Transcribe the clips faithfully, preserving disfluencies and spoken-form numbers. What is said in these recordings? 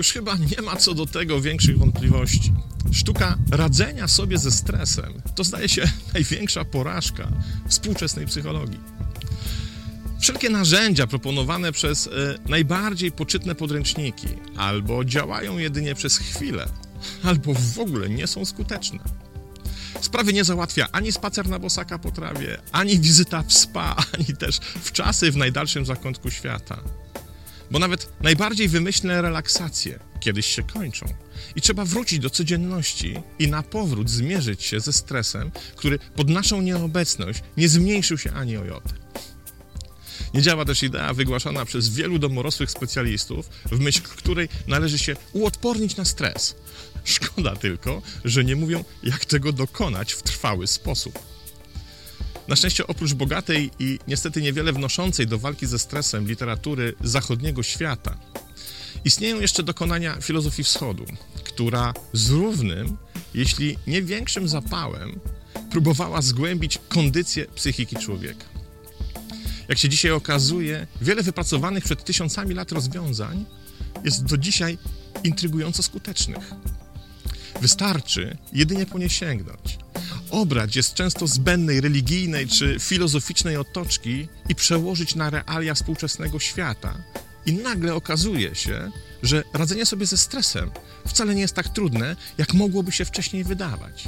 Już chyba nie ma co do tego większych wątpliwości. Sztuka radzenia sobie ze stresem to, zdaje się, największa porażka współczesnej psychologii. Wszelkie narzędzia proponowane przez e, najbardziej poczytne podręczniki albo działają jedynie przez chwilę, albo w ogóle nie są skuteczne. Sprawy nie załatwia ani spacer na bosaka po trawie, ani wizyta w spa, ani też wczasy w najdalszym zakątku świata. Bo nawet najbardziej wymyślne relaksacje kiedyś się kończą i trzeba wrócić do codzienności i na powrót zmierzyć się ze stresem, który pod naszą nieobecność nie zmniejszył się ani o jotę. Nie działa też idea wygłaszana przez wielu domorosłych specjalistów, w myśl której należy się uodpornić na stres. Szkoda tylko, że nie mówią, jak tego dokonać w trwały sposób. Na szczęście oprócz bogatej i niestety niewiele wnoszącej do walki ze stresem literatury zachodniego świata, istnieją jeszcze dokonania filozofii wschodu, która z równym, jeśli nie większym zapałem, próbowała zgłębić kondycję psychiki człowieka. Jak się dzisiaj okazuje, wiele wypracowanych przed tysiącami lat rozwiązań jest do dzisiaj intrygująco skutecznych. Wystarczy jedynie po nie sięgnąć. Obrać je z często zbędnej, religijnej czy filozoficznej otoczki i przełożyć na realia współczesnego świata. I nagle okazuje się, że radzenie sobie ze stresem wcale nie jest tak trudne, jak mogłoby się wcześniej wydawać.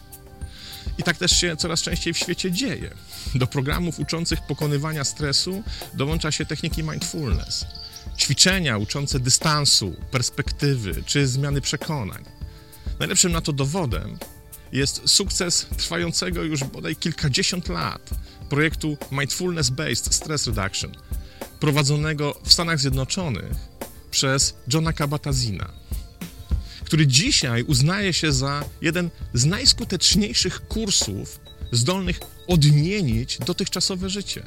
I tak też się coraz częściej w świecie dzieje. Do programów uczących pokonywania stresu dołącza się techniki mindfulness, ćwiczenia uczące dystansu, perspektywy czy zmiany przekonań. Najlepszym na to dowodem jest sukces trwającego już bodaj kilkadziesiąt lat projektu Mindfulness-Based Stress Reduction, prowadzonego w Stanach Zjednoczonych przez Johna Kabat-Zina, który dzisiaj uznaje się za jeden z najskuteczniejszych kursów zdolnych odmienić dotychczasowe życie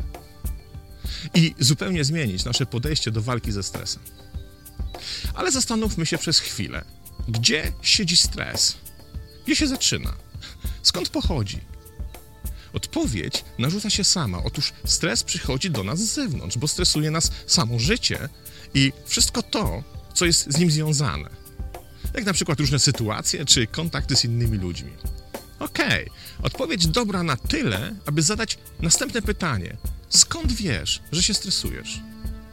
i zupełnie zmienić nasze podejście do walki ze stresem. Ale zastanówmy się przez chwilę, gdzie siedzi stres? Gdzie się zaczyna? Skąd pochodzi? Odpowiedź narzuca się sama. Otóż stres przychodzi do nas z zewnątrz, bo stresuje nas samo życie i wszystko to, co jest z nim związane. Jak na przykład różne sytuacje czy kontakty z innymi ludźmi. Okej, okay. Odpowiedź dobra na tyle, aby zadać następne pytanie. Skąd wiesz, że się stresujesz?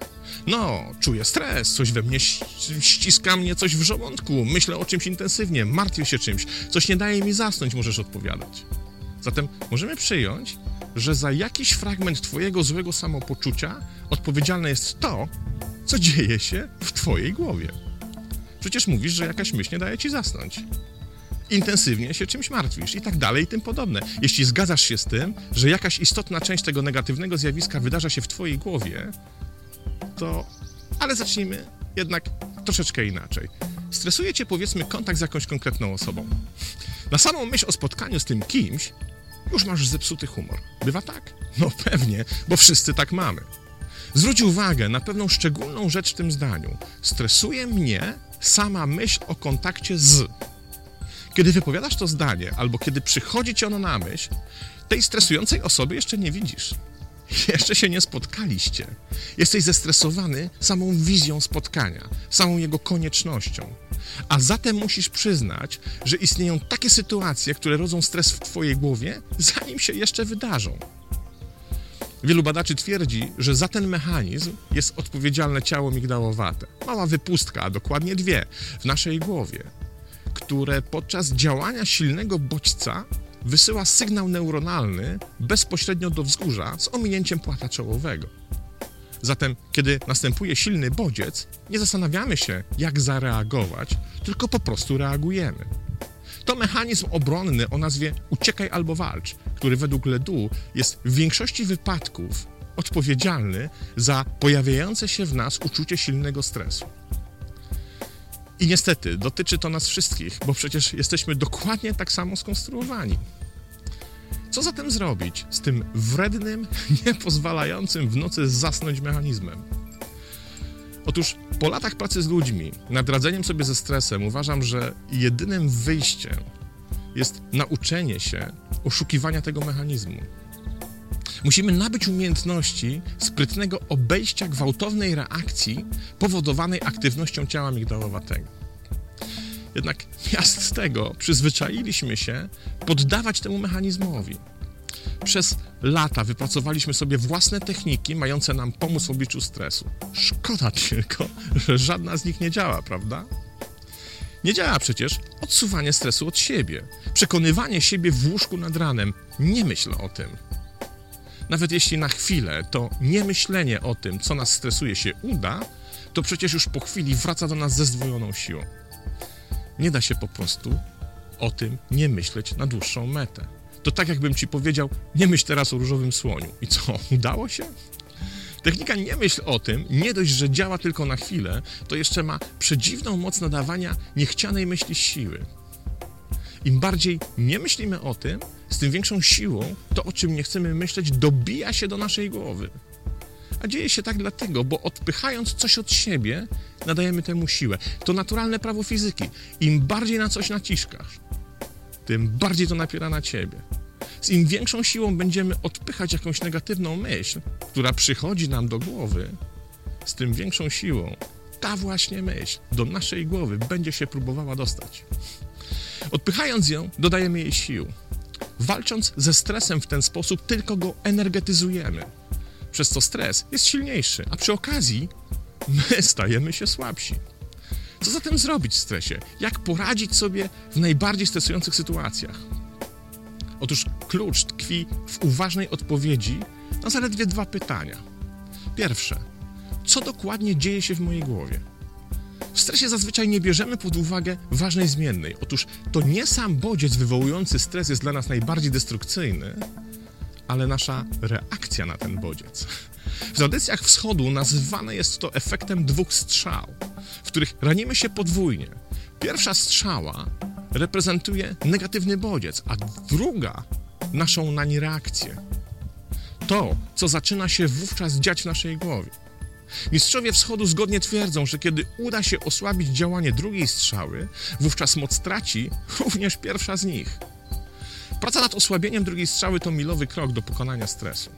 No, czuję stres, coś we mnie ściska mnie coś w żołądku, myślę o czymś intensywnie, martwię się czymś, coś nie daje mi zasnąć, możesz odpowiadać. Zatem możemy przyjąć, że za jakiś fragment twojego złego samopoczucia odpowiedzialne jest to, co dzieje się w twojej głowie. Przecież mówisz, że jakaś myśl nie daje ci zasnąć. Intensywnie się czymś martwisz i tak dalej i tym podobne. Jeśli zgadzasz się z tym, że jakaś istotna część tego negatywnego zjawiska wydarza się w twojej głowie, to... Ale zacznijmy jednak troszeczkę inaczej. Stresuje cię, powiedzmy, kontakt z jakąś konkretną osobą. Na samą myśl o spotkaniu z tym kimś już masz zepsuty humor. Bywa tak? No pewnie, bo wszyscy tak mamy. Zwróć uwagę na pewną szczególną rzecz w tym zdaniu. Stresuje mnie sama myśl o kontakcie z... Kiedy wypowiadasz to zdanie, albo kiedy przychodzi ci ono na myśl, tej stresującej osoby jeszcze nie widzisz. Jeszcze się nie spotkaliście. Jesteś zestresowany samą wizją spotkania, samą jego koniecznością. A zatem musisz przyznać, że istnieją takie sytuacje, które rodzą stres w twojej głowie, zanim się jeszcze wydarzą. Wielu badaczy twierdzi, że za ten mechanizm jest odpowiedzialne ciało migdałowate. Mała wypustka, a dokładnie dwie, w naszej głowie, które podczas działania silnego bodźca wysyła sygnał neuronalny bezpośrednio do wzgórza z ominięciem płata czołowego. Zatem, kiedy następuje silny bodziec, nie zastanawiamy się, jak zareagować, tylko po prostu reagujemy. To mechanizm obronny o nazwie uciekaj albo walcz, który według Ledoux jest w większości wypadków odpowiedzialny za pojawiające się w nas uczucie silnego stresu. I niestety dotyczy to nas wszystkich, bo przecież jesteśmy dokładnie tak samo skonstruowani. Co zatem zrobić z tym wrednym, niepozwalającym w nocy zasnąć mechanizmem? Otóż po latach pracy z ludźmi nad radzeniem sobie ze stresem uważam, że jedynym wyjściem jest nauczenie się oszukiwania tego mechanizmu. Musimy nabyć umiejętności sprytnego obejścia gwałtownej reakcji powodowanej aktywnością ciała migdałowatego. Jednak miast tego przyzwyczailiśmy się poddawać temu mechanizmowi. Przez lata wypracowaliśmy sobie własne techniki mające nam pomóc w obliczu stresu. Szkoda tylko, że żadna z nich nie działa, prawda? Nie działa przecież odsuwanie stresu od siebie, przekonywanie siebie w łóżku nad ranem. Nie myśl o tym. Nawet jeśli na chwilę to niemyślenie o tym, co nas stresuje, się uda, to przecież już po chwili wraca do nas ze zdwojoną siłą. Nie da się po prostu o tym nie myśleć na dłuższą metę. To tak, jakbym ci powiedział, nie myśl teraz o różowym słoniu. I co, udało się? Technika nie myśl o tym, nie dość, że działa tylko na chwilę, to jeszcze ma przedziwną moc nadawania niechcianej myśli siły. Im bardziej nie myślimy o tym, z tym większą siłą to, o czym nie chcemy myśleć, dobija się do naszej głowy. A dzieje się tak dlatego, bo odpychając coś od siebie, nadajemy temu siłę. To naturalne prawo fizyki. Im bardziej na coś naciskasz, tym bardziej to napiera na ciebie. Z im większą siłą będziemy odpychać jakąś negatywną myśl, która przychodzi nam do głowy, z tym większą siłą ta właśnie myśl do naszej głowy będzie się próbowała dostać. Odpychając ją, dodajemy jej sił. Walcząc ze stresem w ten sposób, tylko go energetyzujemy. Przez co stres jest silniejszy, a przy okazji my stajemy się słabsi. Co zatem zrobić w stresie? Jak poradzić sobie w najbardziej stresujących sytuacjach? Otóż klucz tkwi w uważnej odpowiedzi na zaledwie dwa pytania. Pierwsze, co dokładnie dzieje się w mojej głowie? W stresie zazwyczaj nie bierzemy pod uwagę ważnej zmiennej. Otóż to nie sam bodziec wywołujący stres jest dla nas najbardziej destrukcyjny, ale nasza reakcja na ten bodziec. W tradycjach wschodu nazywane jest to efektem dwóch strzał, w których ranimy się podwójnie. Pierwsza strzała reprezentuje negatywny bodziec, a druga naszą nań reakcję. To, co zaczyna się wówczas dziać w naszej głowie. Mistrzowie wschodu zgodnie twierdzą, że kiedy uda się osłabić działanie drugiej strzały, wówczas moc traci również pierwsza z nich. Praca nad osłabieniem drugiej strzały to milowy krok do pokonania stresu.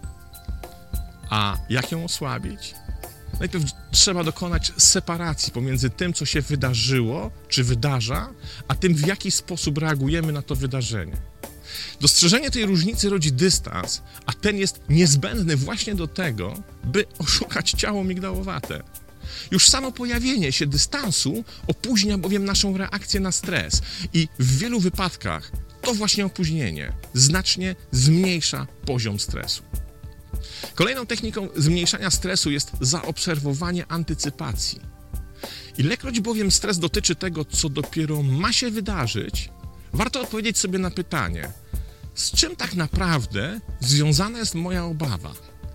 A jak ją osłabić? Najpierw trzeba dokonać separacji pomiędzy tym, co się wydarzyło, czy wydarza, a tym, w jaki sposób reagujemy na to wydarzenie. Dostrzeżenie tej różnicy rodzi dystans, a ten jest niezbędny właśnie do tego, by oszukać ciało migdałowate. Już samo pojawienie się dystansu opóźnia bowiem naszą reakcję na stres i w wielu wypadkach to właśnie opóźnienie znacznie zmniejsza poziom stresu. Kolejną techniką zmniejszania stresu jest zaobserwowanie antycypacji. Ilekroć bowiem stres dotyczy tego, co dopiero ma się wydarzyć, warto odpowiedzieć sobie na pytanie, z czym tak naprawdę związana jest moja obawa?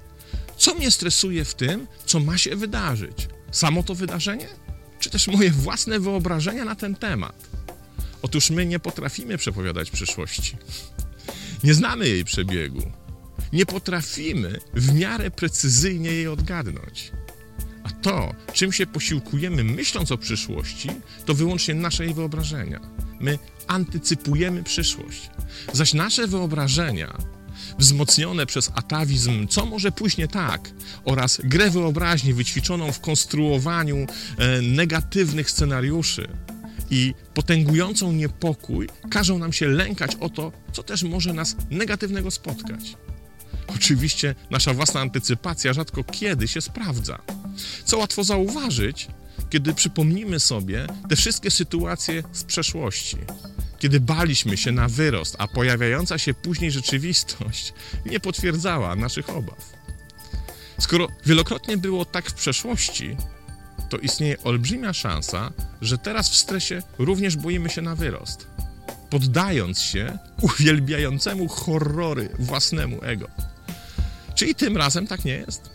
Co mnie stresuje w tym, co ma się wydarzyć? Samo to wydarzenie? Czy też moje własne wyobrażenia na ten temat? Otóż my nie potrafimy przepowiadać przyszłości. Nie znamy jej przebiegu. Nie potrafimy w miarę precyzyjnie jej odgadnąć. A to, czym się posiłkujemy myśląc o przyszłości, to wyłącznie nasze jej wyobrażenia. My antycypujemy przyszłość. Zaś nasze wyobrażenia, wzmocnione przez atawizm, co może pójść nie tak, oraz grę wyobraźni wyćwiczoną w konstruowaniu e, negatywnych scenariuszy i potęgującą niepokój, każą nam się lękać o to, co też może nas negatywnego spotkać. Oczywiście nasza własna antycypacja rzadko kiedy się sprawdza. Co łatwo zauważyć, kiedy przypomnimy sobie te wszystkie sytuacje z przeszłości. Kiedy baliśmy się na wyrost, a pojawiająca się później rzeczywistość nie potwierdzała naszych obaw. Skoro wielokrotnie było tak w przeszłości, to istnieje olbrzymia szansa, że teraz w stresie również boimy się na wyrost, poddając się uwielbiającemu horrory własnemu ego. Czy i tym razem tak nie jest?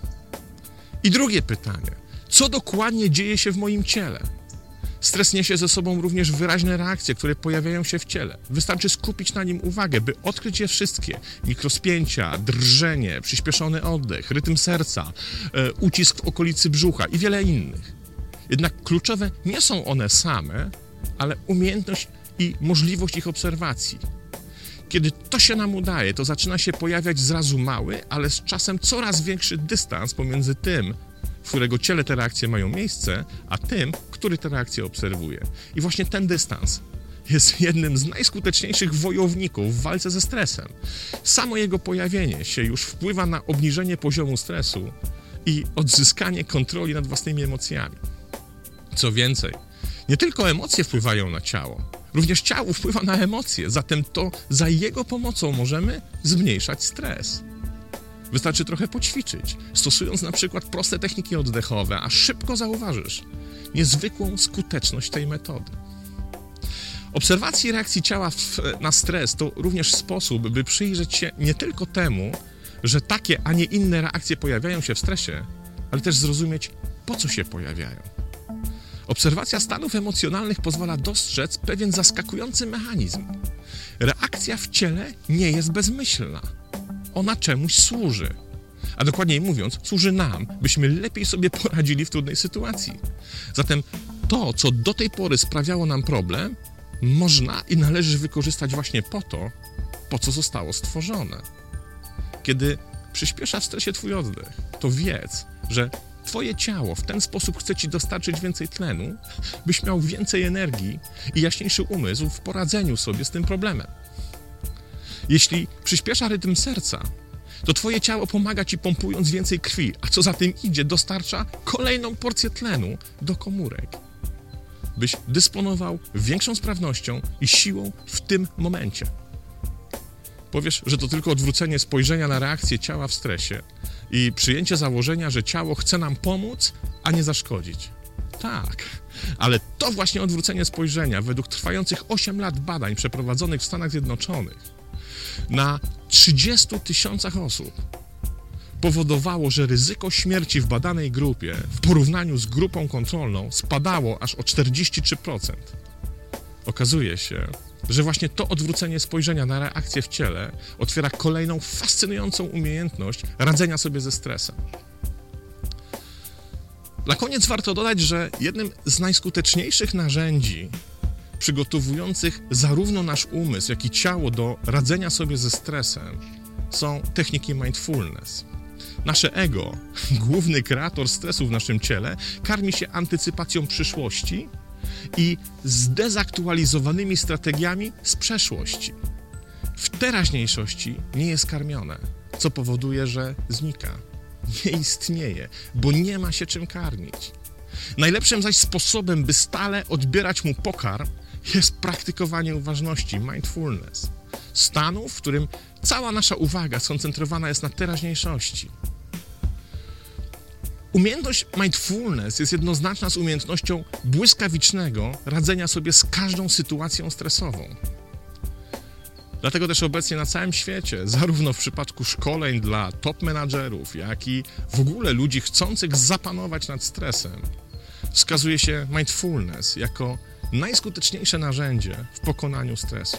I drugie pytanie. Co dokładnie dzieje się w moim ciele? Stres niesie ze sobą również wyraźne reakcje, które pojawiają się w ciele. Wystarczy skupić na nim uwagę, by odkryć je wszystkie. Mikrospięcia, drżenie, przyspieszony oddech, rytm serca, e, ucisk w okolicy brzucha i wiele innych. Jednak kluczowe nie są one same, ale umiejętność i możliwość ich obserwacji. Kiedy to się nam udaje, to zaczyna się pojawiać zrazu mały, ale z czasem coraz większy dystans pomiędzy tym, w którego ciele te reakcje mają miejsce, a tym, który te reakcje obserwuje. I właśnie ten dystans jest jednym z najskuteczniejszych wojowników w walce ze stresem. Samo jego pojawienie się już wpływa na obniżenie poziomu stresu i odzyskanie kontroli nad własnymi emocjami. Co więcej, nie tylko emocje wpływają na ciało, również ciało wpływa na emocje, zatem to za jego pomocą możemy zmniejszać stres. Wystarczy trochę poćwiczyć, stosując na przykład proste techniki oddechowe, a szybko zauważysz niezwykłą skuteczność tej metody. Obserwacji reakcji ciała w, na stres to również sposób, by przyjrzeć się nie tylko temu, że takie, a nie inne reakcje pojawiają się w stresie, ale też zrozumieć, po co się pojawiają. Obserwacja stanów emocjonalnych pozwala dostrzec pewien zaskakujący mechanizm. Reakcja w ciele nie jest bezmyślna. Ona czemuś służy. A dokładniej mówiąc, służy nam, byśmy lepiej sobie poradzili w trudnej sytuacji. Zatem to, co do tej pory sprawiało nam problem, można i należy wykorzystać właśnie po to, po co zostało stworzone. Kiedy przyspiesza w stresie twój oddech, to wiedz, że twoje ciało w ten sposób chce ci dostarczyć więcej tlenu, byś miał więcej energii i jaśniejszy umysł w poradzeniu sobie z tym problemem. Jeśli przyspiesza rytm serca, to twoje ciało pomaga ci pompując więcej krwi, a co za tym idzie, dostarcza kolejną porcję tlenu do komórek, byś dysponował większą sprawnością i siłą w tym momencie. Powiesz, że to tylko odwrócenie spojrzenia na reakcję ciała w stresie i przyjęcie założenia, że ciało chce nam pomóc, a nie zaszkodzić. Tak, ale to właśnie odwrócenie spojrzenia według trwających osiem lat badań przeprowadzonych w Stanach Zjednoczonych na trzydziestu tysiącach osób powodowało, że ryzyko śmierci w badanej grupie w porównaniu z grupą kontrolną spadało aż o czterdzieści trzy procent. Okazuje się, że właśnie to odwrócenie spojrzenia na reakcję w ciele otwiera kolejną fascynującą umiejętność radzenia sobie ze stresem. Na koniec warto dodać, że jednym z najskuteczniejszych narzędzi przygotowujących zarówno nasz umysł, jak i ciało do radzenia sobie ze stresem są techniki mindfulness. Nasze ego, główny kreator stresu w naszym ciele, karmi się antycypacją przyszłości i zdezaktualizowanymi strategiami z przeszłości. W teraźniejszości nie jest karmione, co powoduje, że znika, nie istnieje, bo nie ma się czym karmić. Najlepszym zaś sposobem, by stale odbierać mu pokarm, jest praktykowanie uważności, mindfulness, stanu, w którym cała nasza uwaga skoncentrowana jest na teraźniejszości. Umiejętność mindfulness jest jednoznaczna z umiejętnością błyskawicznego radzenia sobie z każdą sytuacją stresową. Dlatego też obecnie na całym świecie, zarówno w przypadku szkoleń dla top menadżerów, jak i w ogóle ludzi chcących zapanować nad stresem, wskazuje się mindfulness jako najskuteczniejsze narzędzie w pokonaniu stresu.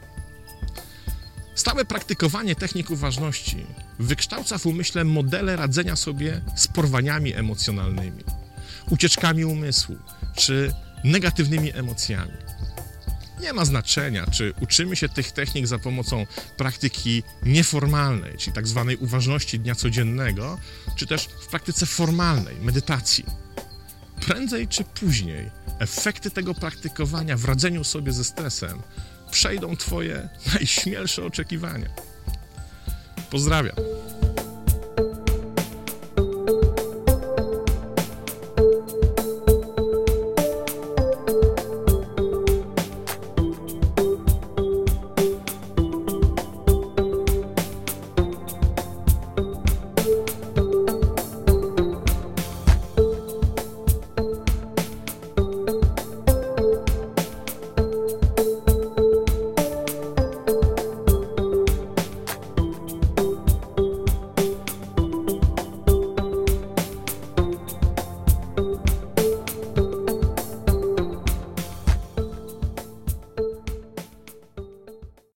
Stałe praktykowanie technik uważności wykształca w umyśle modele radzenia sobie z porwaniami emocjonalnymi, ucieczkami umysłu czy negatywnymi emocjami. Nie ma znaczenia, czy uczymy się tych technik za pomocą praktyki nieformalnej, czyli tak zwanej uważności dnia codziennego, czy też w praktyce formalnej, medytacji. Prędzej czy później efekty tego praktykowania w radzeniu sobie ze stresem przejdą twoje najśmielsze oczekiwania. Pozdrawiam.